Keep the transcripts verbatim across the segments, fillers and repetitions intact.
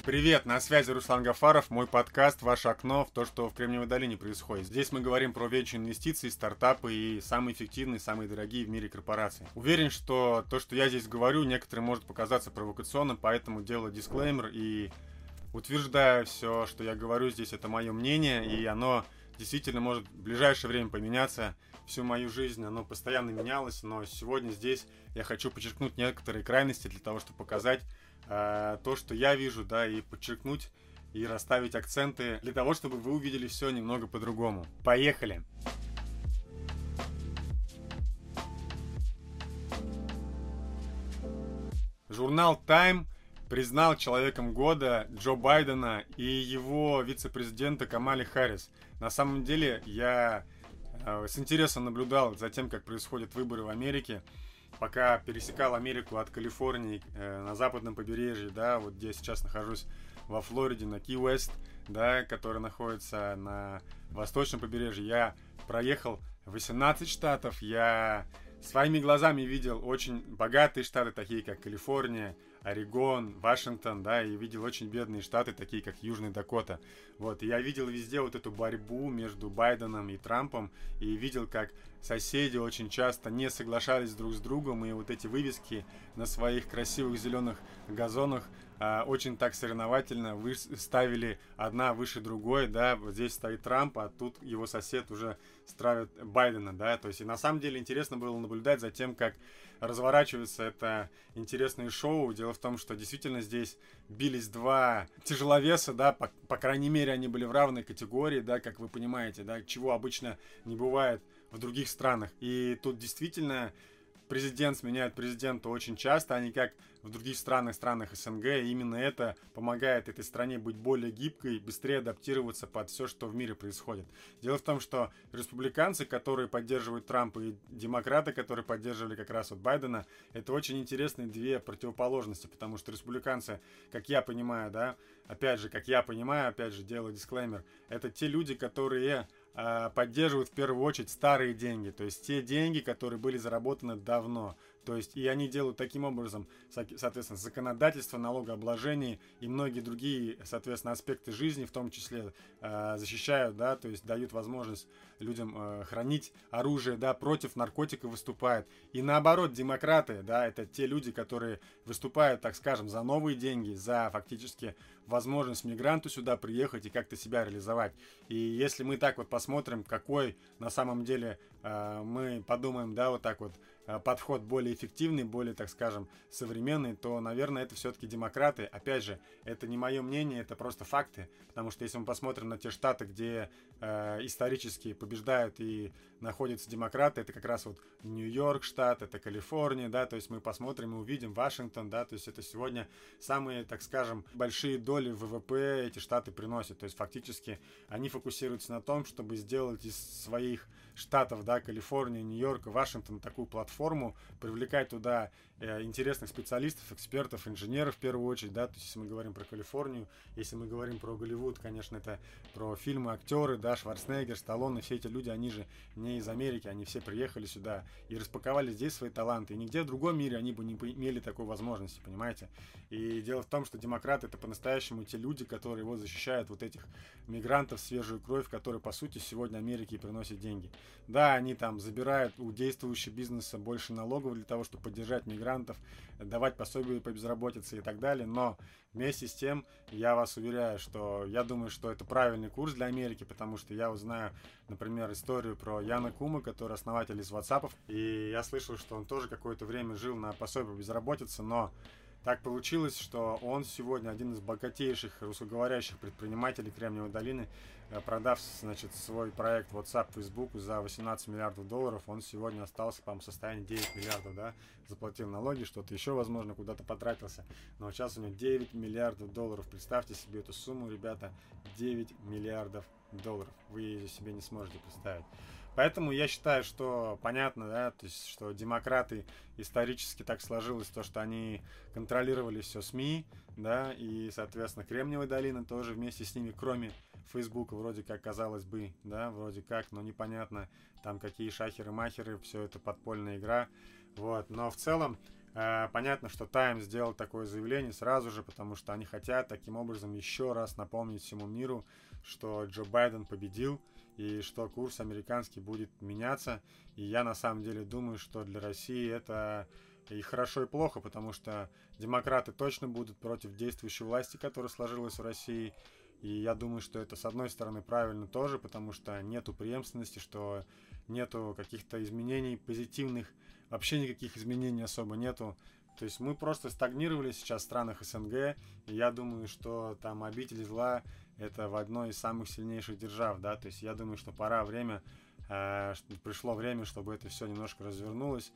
Привет, на связи Руслан Гафаров, мой подкаст «Ваше окно» в то, что в Кремниевой долине происходит. Здесь мы говорим про вечные инвестиции, стартапы и самые эффективные, самые дорогие в мире корпорации. Уверен, что то, что я здесь говорю, некоторым может показаться провокационным, поэтому делаю дисклеймер и утверждаю все, что я говорю здесь, это мое мнение, и оно действительно может в ближайшее время поменяться. Всю мою жизнь оно постоянно менялось, но сегодня здесь я хочу подчеркнуть некоторые крайности для того, чтобы показать э, то, что я вижу, да, и подчеркнуть и расставить акценты для того, чтобы вы увидели все немного по-другому. Поехали! Журнал Time признал человеком года Джо Байдена и его вице-президента Камали Харрис. На самом деле я э, с интересом наблюдал за тем, как происходят выборы в Америке, пока пересекал Америку от Калифорнии э, на западном побережье, да, вот где я сейчас нахожусь во Флориде, на Ки-Уэст, да, который находится на восточном побережье. Я проехал восемнадцать штатов, я своими глазами видел очень богатые штаты, такие как Калифорния, Орегон, Вашингтон, да, и видел очень бедные штаты, такие как Южная Дакота. Вот, и я видел везде вот эту борьбу между Байденом и Трампом, и видел, как соседи очень часто не соглашались друг с другом, и вот эти вывески на своих красивых зеленых газонах а, очень так соревновательно вы ставили одна выше другой, да, вот здесь стоит Трамп, а тут его сосед уже ставит Байдена, да, то есть и на самом деле интересно было наблюдать за тем, как разворачивается это интересное шоу. Дело в том, что действительно здесь бились два тяжеловеса, да, по, по крайней мере они были в равной категории, да, как вы понимаете, да, чего обычно не бывает в других странах. И тут действительно президент сменяет президента очень часто, а не как в других странах, странах СНГ. И именно это помогает этой стране быть более гибкой, быстрее адаптироваться под все, что в мире происходит. Дело в том, что республиканцы, которые поддерживают Трампа, и демократы, которые поддерживали как раз вот Байдена, это очень интересные две противоположности, потому что республиканцы, как я понимаю, да, опять же, как я понимаю, опять же, делаю дисклеймер, это те люди, которые поддерживают в первую очередь старые деньги, то есть те деньги, которые были заработаны давно. То есть и они делают таким образом, соответственно, законодательство, налогообложение и многие другие, соответственно, аспекты жизни, в том числе э, защищают, да, то есть дают возможность людям э, хранить оружие, да, против наркотиков выступают. И наоборот, демократы, да, это те люди, которые выступают, так скажем, за новые деньги, за фактически возможность мигранту сюда приехать и как-то себя реализовать. И если мы так вот посмотрим, какой на самом деле э, мы подумаем, да, вот так вот, подход более эффективный, более, так скажем, современный, то, наверное, это все-таки демократы. Опять же, это не мое мнение, это просто факты, потому что если мы посмотрим на те штаты, где э, исторически побеждают и находятся демократы, это как раз вот Нью-Йорк штат, это Калифорния, да, то есть мы посмотрим и увидим Вашингтон, да, то есть это сегодня самые, так скажем, большие доли в ВВП эти штаты приносят, то есть фактически они фокусируются на том, чтобы сделать из своих штатов, да, Калифорния, Нью-Йорк, Вашингтон такую платформу, привлекать туда э, интересных специалистов, экспертов, инженеров в первую очередь, да, то есть если мы говорим про Калифорнию, если мы говорим про Голливуд, конечно, это про фильмы, актеры, да, Шварценеггер, Сталлоне, все эти люди, они же не из Америки, они все приехали сюда и распаковали здесь свои таланты, и нигде в другом мире они бы не имели такой возможности, понимаете, и дело в том, что демократы это по-настоящему те люди, которые вот защищают вот этих мигрантов, свежую кровь, которые, по сути, сегодня Америке приносят деньги. Да, они там забирают у действующего бизнеса больше налогов для того, чтобы поддержать мигрантов, давать пособия по безработице и так далее, но вместе с тем я вас уверяю, что я думаю, что это правильный курс для Америки, потому что я узнаю, например, историю про Яна Кума, который основатель из WhatsApp, и я слышал, что он тоже какое-то время жил на пособие по безработице, но так получилось, что он сегодня один из богатейших русскоговорящих предпринимателей Кремниевой долины, продав, значит, свой проект WhatsApp Facebook за восемнадцать миллиардов долларов, он сегодня остался, по-моему, в состоянии девять миллиардов, да, заплатил налоги, что-то еще, возможно, куда-то потратился, но сейчас у него девять миллиардов долларов, представьте себе эту сумму, ребята, девять миллиардов долларов, вы ее себе не сможете представить. Поэтому я считаю, что понятно, да, то есть, что демократы исторически так сложилось, то, что они контролировали все СМИ, да, и, соответственно, Кремниевая долина тоже вместе с ними, кроме Фейсбука, вроде как, казалось бы, да, вроде как, но непонятно, там какие шахеры-махеры, все это подпольная игра, вот, но в целом Э, понятно, что Time сделал такое заявление сразу же, потому что они хотят таким образом еще раз напомнить всему миру, что Джо Байден победил и что курс американский будет меняться. И я на самом деле думаю, что для России это и хорошо, и плохо, потому что демократы точно будут против действующей власти, которая сложилась в России. И я думаю, что это, с одной стороны, правильно тоже, потому что нету преемственности, что нету каких-то изменений позитивных, вообще никаких изменений особо нету. То есть мы просто стагнировали сейчас в странах СНГ, и я думаю, что там обитель зла это в одной из самых сильнейших держав, да, то есть я думаю, что пора время, э, пришло время, чтобы это все немножко развернулось,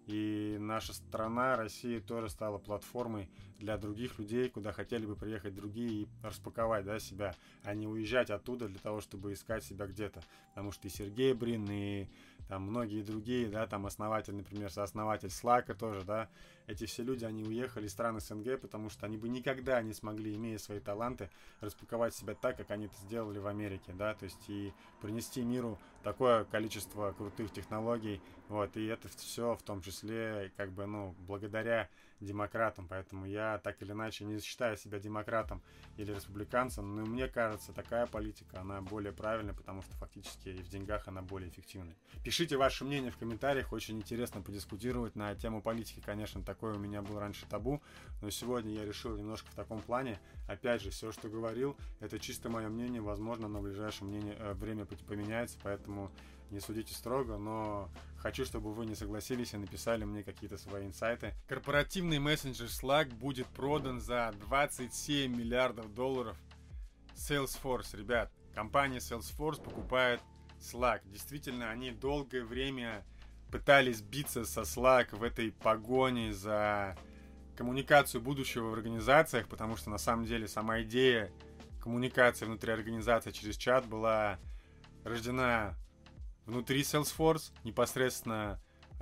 и наша страна, Россия, тоже стала платформой для других людей, куда хотели бы приехать другие и распаковать, да, себя, а не уезжать оттуда для того, чтобы искать себя где-то. Потому что и Сергей Брин, и там многие другие, да, там основатель, например, сооснователь Slack тоже, да, эти все люди, они уехали из стран СНГ, потому что они бы никогда не смогли, имея свои таланты, распаковать себя так, как они это сделали в Америке, да, то есть и принести миру такое количество крутых технологий, вот, и это все в том числе, как бы, ну, благодаря демократам, поэтому я так или иначе не считаю себя демократом или республиканцем, но мне кажется, такая политика, она более правильная, потому что фактически и в деньгах она более эффективная. Пишите ваше мнение в комментариях, очень интересно подискутировать на тему политики, конечно, такое у меня было раньше табу, но сегодня я решил немножко в таком плане, опять же, все, что говорил, это чисто мое мнение, возможно, оно в ближайшее мнение, э, время поменяется, поэтому не судите строго, но хочу, чтобы вы не согласились и написали мне какие-то свои инсайты. Корпоративный мессенджер Slack будет продан за двадцать семь миллиардов долларов. Salesforce, ребят, компания Salesforce покупает Slack. Действительно, они долгое время пытались биться со Slack в этой погоне за коммуникацию будущего в организациях, потому что на самом деле сама идея коммуникации внутри организации через чат была рождена внутри Salesforce, непосредственно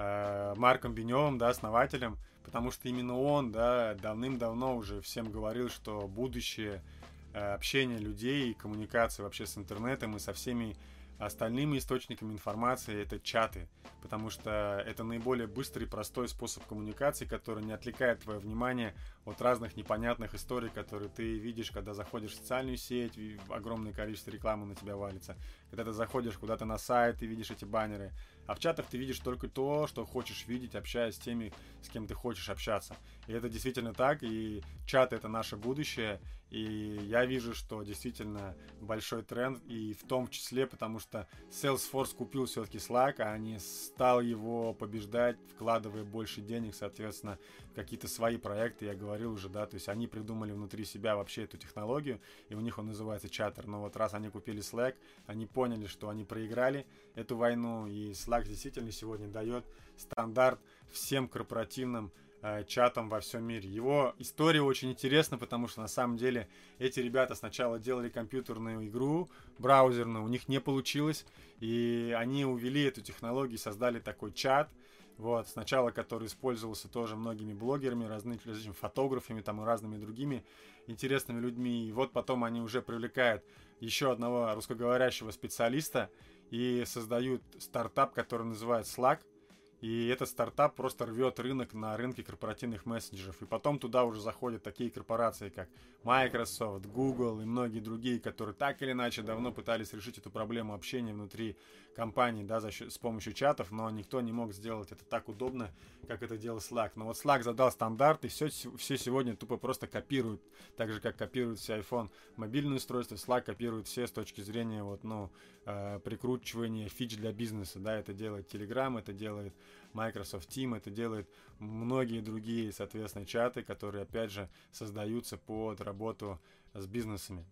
э, Марком Беневым, да, основателем, потому что именно он, да, давным-давно уже всем говорил, что будущее э, общения людей и коммуникации вообще с интернетом и со всеми остальными источниками информации это чаты, потому что это наиболее быстрый и простой способ коммуникации, который не отвлекает твое внимание от разных непонятных историй, которые ты видишь, когда заходишь в социальную сеть, огромное количество рекламы на тебя валится, когда ты заходишь куда-то на сайт и видишь эти баннеры, а в чатах ты видишь только то, что хочешь видеть, общаясь с теми, с кем ты хочешь общаться. И это действительно так, и чаты — это наше будущее, и я вижу, что действительно большой тренд, и в том числе, потому что Salesforce купил все-таки Slack, а не стал его побеждать, вкладывая больше денег, соответственно, в какие-то свои проекты, я говорил уже, да, то есть они придумали внутри себя вообще эту технологию, и у них он называется чаттер, но вот раз они купили Slack, они поняли, что они проиграли эту войну, и Slack действительно сегодня дает стандарт всем корпоративным э, чатам во всем мире. Его история очень интересна, потому что на самом деле эти ребята сначала делали компьютерную игру, браузерную, у них не получилось, и они увели эту технологию, создали такой чат, вот, сначала который использовался тоже многими блогерами, разными, различными фотографами там, и разными другими интересными людьми. И вот потом они уже привлекают еще одного русскоговорящего специалиста и создают стартап, который называется Slack. И этот стартап просто рвет рынок на рынке корпоративных мессенджеров. И потом туда уже заходят такие корпорации, как Microsoft, Google и многие другие, которые так или иначе давно пытались решить эту проблему общения внутри компаний, да, за счет, с помощью чатов, но никто не мог сделать это так удобно, как это делал Slack. Но вот Slack задал стандарт, и все, все сегодня тупо просто копируют, так же, как копирует все iPhone мобильные устройства, Slack копирует все с точки зрения вот, ну, э, прикручивания фич для бизнеса. Да, это делает Telegram, это делает Microsoft Team, это делают многие другие, соответственно, чаты, которые, опять же, создаются под работу с бизнесами.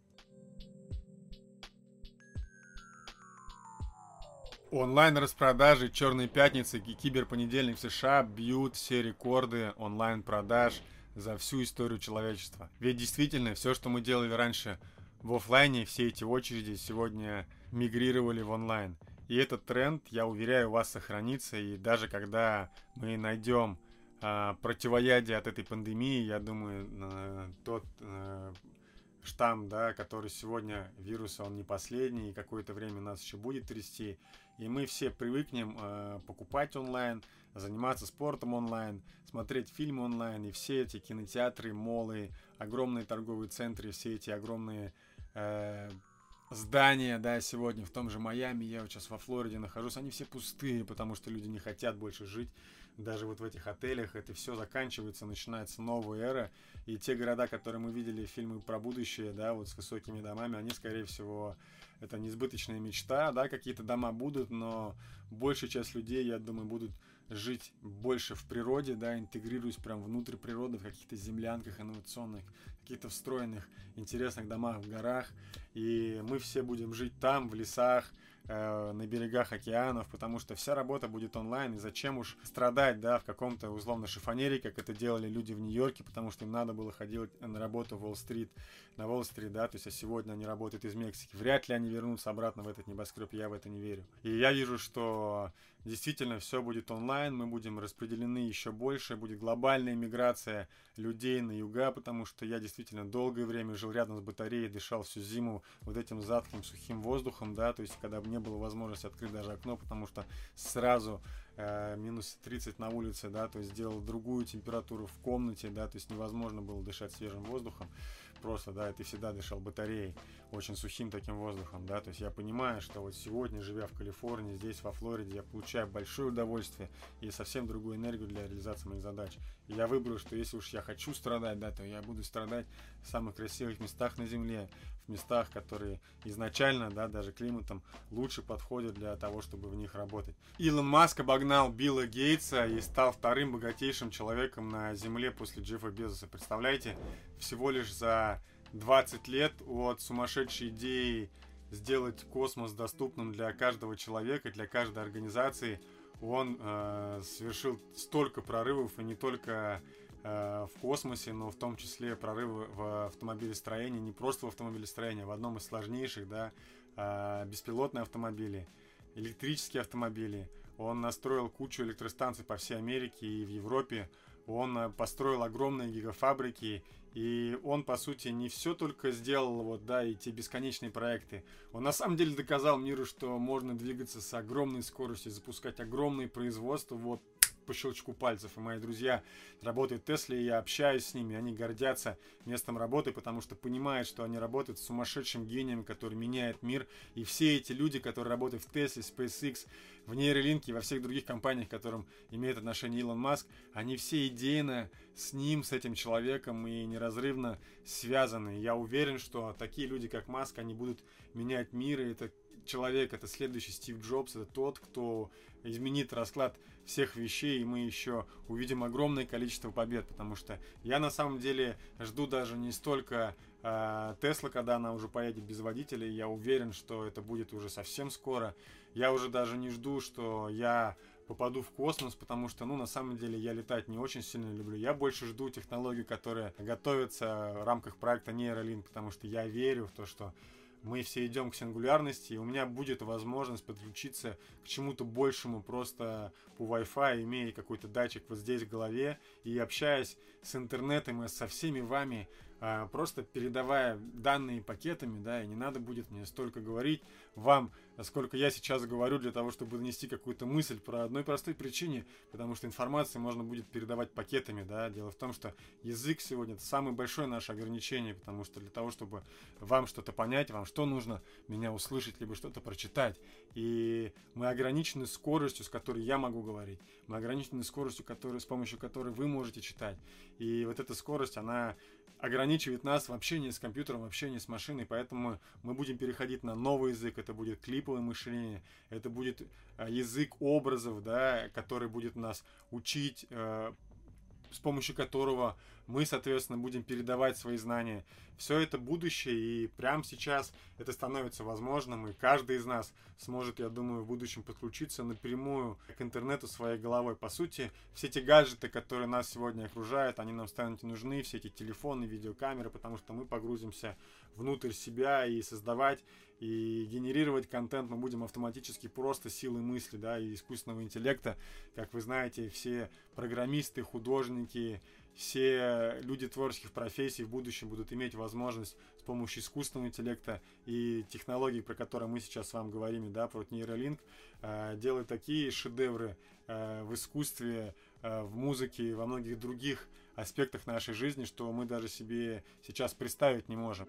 Онлайн-распродажи «Черной пятницы» и «Киберпонедельник» в США бьют все рекорды онлайн-продаж за всю историю человечества. Ведь действительно, все, что мы делали раньше в офлайне, все эти очереди сегодня мигрировали в онлайн. И этот тренд, я уверяю, у вас сохранится. И даже когда мы найдем э, противоядие от этой пандемии, я думаю, э, тот э, штамм, да, который сегодня вируса, он не последний, и какое-то время нас еще будет трясти. И мы все привыкнем э, покупать онлайн, заниматься спортом онлайн, смотреть фильмы онлайн, и все эти кинотеатры, молы, огромные торговые центры, все эти огромные э, здания, да, сегодня в том же Майами, я вот сейчас во Флориде нахожусь, они все пустые, потому что люди не хотят больше жить даже вот в этих отелях. Это все заканчивается, начинается новая эра, и те города, которые мы видели в фильмах про будущее, да, вот с высокими домами, они, скорее всего, это несбыточная мечта, да, какие-то дома будут, но большая часть людей, я думаю, будут жить больше в природе, да, интегрируясь прям внутрь природы, в каких-то землянках инновационных, каких-то встроенных интересных домах в горах, и мы все будем жить там, в лесах, э, на берегах океанов, потому что вся работа будет онлайн, и зачем уж страдать, да, в каком-то условно шифонере, как это делали люди в Нью-Йорке, потому что им надо было ходить на работу в Уолл-стрит, на Уолл-стрит, да, то есть а сегодня они работают из Мексики, вряд ли они вернутся обратно в этот небоскреб, я в это не верю. И я вижу, что действительно все будет онлайн, мы будем распределены еще больше, будет глобальная миграция людей на юга, потому что я действительно долгое время жил рядом с батареей, дышал всю зиму вот этим затхлым сухим воздухом, да, то есть когда не было возможности открыть даже окно, потому что сразу э, минус тридцать на улице, да, то есть делал другую температуру в комнате, да, то есть невозможно было дышать свежим воздухом. Просто, да, ты всегда дышал батареей, очень сухим таким воздухом, да, то есть я понимаю, что вот сегодня, живя в Калифорнии, здесь, во Флориде, я получаю большое удовольствие и совсем другую энергию для реализации моих задач. И я выберу, что если уж я хочу страдать, да, то я буду страдать в самых красивых местах на Земле, в местах, которые изначально, да, даже климатом лучше подходят для того, чтобы в них работать. Илон Маск обогнал Билла Гейтса и стал вторым богатейшим человеком на Земле после Джеффа Безоса. Представляете, всего лишь за двадцать лет от сумасшедшей идеи сделать космос доступным для каждого человека, для каждой организации, он э, совершил столько прорывов, и не только э, в космосе, но в том числе прорывы в автомобилестроении, не просто в автомобилестроении, а в одном из сложнейших, да, э, беспилотные автомобили, электрические автомобили. Он настроил кучу электростанций по всей Америке и в Европе. Он построил огромные гигафабрики, и он, по сути, не все только сделал, вот, да, и те бесконечные проекты. Он на самом деле доказал миру, что можно двигаться с огромной скоростью, запускать огромные производства, вот, по щелчку пальцев. И мои друзья работают в Тесле, и я общаюсь с ними, они гордятся местом работы, потому что понимают, что они работают с сумасшедшим гением, который меняет мир. И все эти люди, которые работают в Тесле, SpaceX, в нейролинке и во всех других компаниях, к которым имеет отношение Илон Маск, они все идейно с ним, с этим человеком и неразрывно связаны. Я уверен, что такие люди, как Маск, они будут менять мир, и это человек, это следующий Стив Джобс, это тот, кто изменит расклад всех вещей, и мы еще увидим огромное количество побед, потому что я на самом деле жду даже не столько Тесла, э, когда она уже поедет без водителя, я уверен, что это будет уже совсем скоро. Я уже даже не жду, что я попаду в космос, потому что, ну, на самом деле, я летать не очень сильно люблю. Я больше жду технологий, которые готовятся в рамках проекта Neuralink, потому что я верю в то, что мы все идем к сингулярности, и у меня будет возможность подключиться к чему-то большему просто по Wi-Fi, имея какой-то датчик вот здесь в голове, и общаясь с интернетом и со всеми вами, просто передавая данные пакетами, да, и не надо будет мне столько говорить вам, сколько я сейчас говорю, для того, чтобы донести какую-то мысль по одной простой причине, потому что информацию можно будет передавать пакетами, да. Дело в том, что язык сегодня это самое большое наше ограничение, потому что для того, чтобы вам что-то понять, вам что нужно, меня услышать, либо что-то прочитать. И мы ограничены скоростью, с которой я могу говорить, мы ограничены скоростью, которой, с помощью которой вы можете читать. И вот эта скорость, она ограничивает нас в общении с компьютером, в общении с машиной, поэтому мы будем переходить на новый язык, это будет клиповое мышление, это будет язык образов, да, который будет нас учить, э, с помощью которого мы, соответственно, будем передавать свои знания. Все это будущее, и прямо сейчас это становится возможным, и каждый из нас сможет, я думаю, в будущем подключиться напрямую к интернету своей головой. По сути, все эти гаджеты, которые нас сегодня окружают, они нам станут не нужны, все эти телефоны, видеокамеры, потому что мы погрузимся внутрь себя, и создавать и генерировать контент мы будем автоматически просто силой мысли, да, и искусственного интеллекта. Как вы знаете, все программисты, художники, все люди творческих профессий в будущем будут иметь возможность с помощью искусственного интеллекта и технологий, про которые мы сейчас с вами говорим, да, про нейролинк, делать такие шедевры в искусстве, в музыке, во многих других аспектах нашей жизни, что мы даже себе сейчас представить не можем.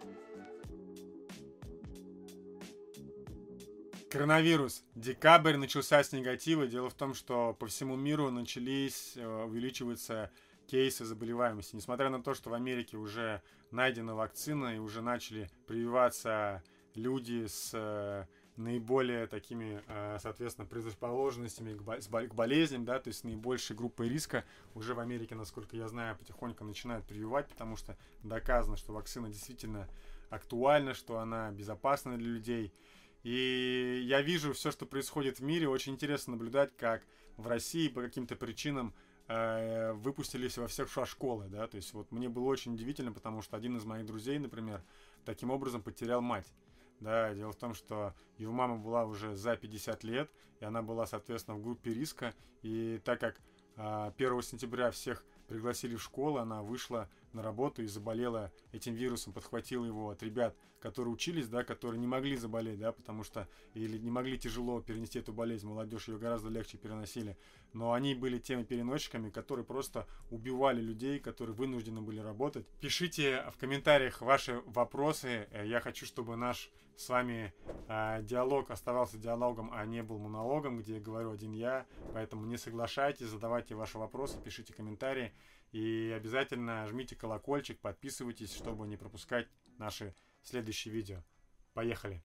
Коронавирус. Декабрь начался с негатива. Дело в том, что по всему миру начались увеличиваться кейсы заболеваемости. Несмотря на то, что в Америке уже найдена вакцина и уже начали прививаться люди с наиболее такими, соответственно, предрасположенностями к болезням, да, то есть наибольшей группой риска, уже в Америке, насколько я знаю, потихоньку начинают прививать, потому что доказано, что вакцина действительно актуальна, что она безопасна для людей. И я вижу все, что происходит в мире. Очень интересно наблюдать, как в России по каким-то причинам э, выпустились во всех школы, да, то есть вот мне было очень удивительно, потому что один из моих друзей, например, таким образом потерял мать. Да, дело в том, что его мама была уже за пятьдесят лет, и она была, соответственно, в группе риска. И так как э, первого сентября всех пригласили в школу, она вышла на работу и заболела этим вирусом, подхватила его от ребят, которые учились, да, которые не могли заболеть, да, потому что или не могли тяжело перенести эту болезнь, молодежь ее гораздо легче переносили, но они были теми переносчиками, которые просто убивали людей, которые вынуждены были работать. Пишите в комментариях ваши вопросы, я хочу, чтобы наш с вами э, диалог оставался диалогом, а не был монологом, где я говорю один я, поэтому не соглашайтесь, задавайте ваши вопросы, пишите комментарии. И обязательно жмите колокольчик, подписывайтесь, чтобы не пропускать наши следующие видео. Поехали!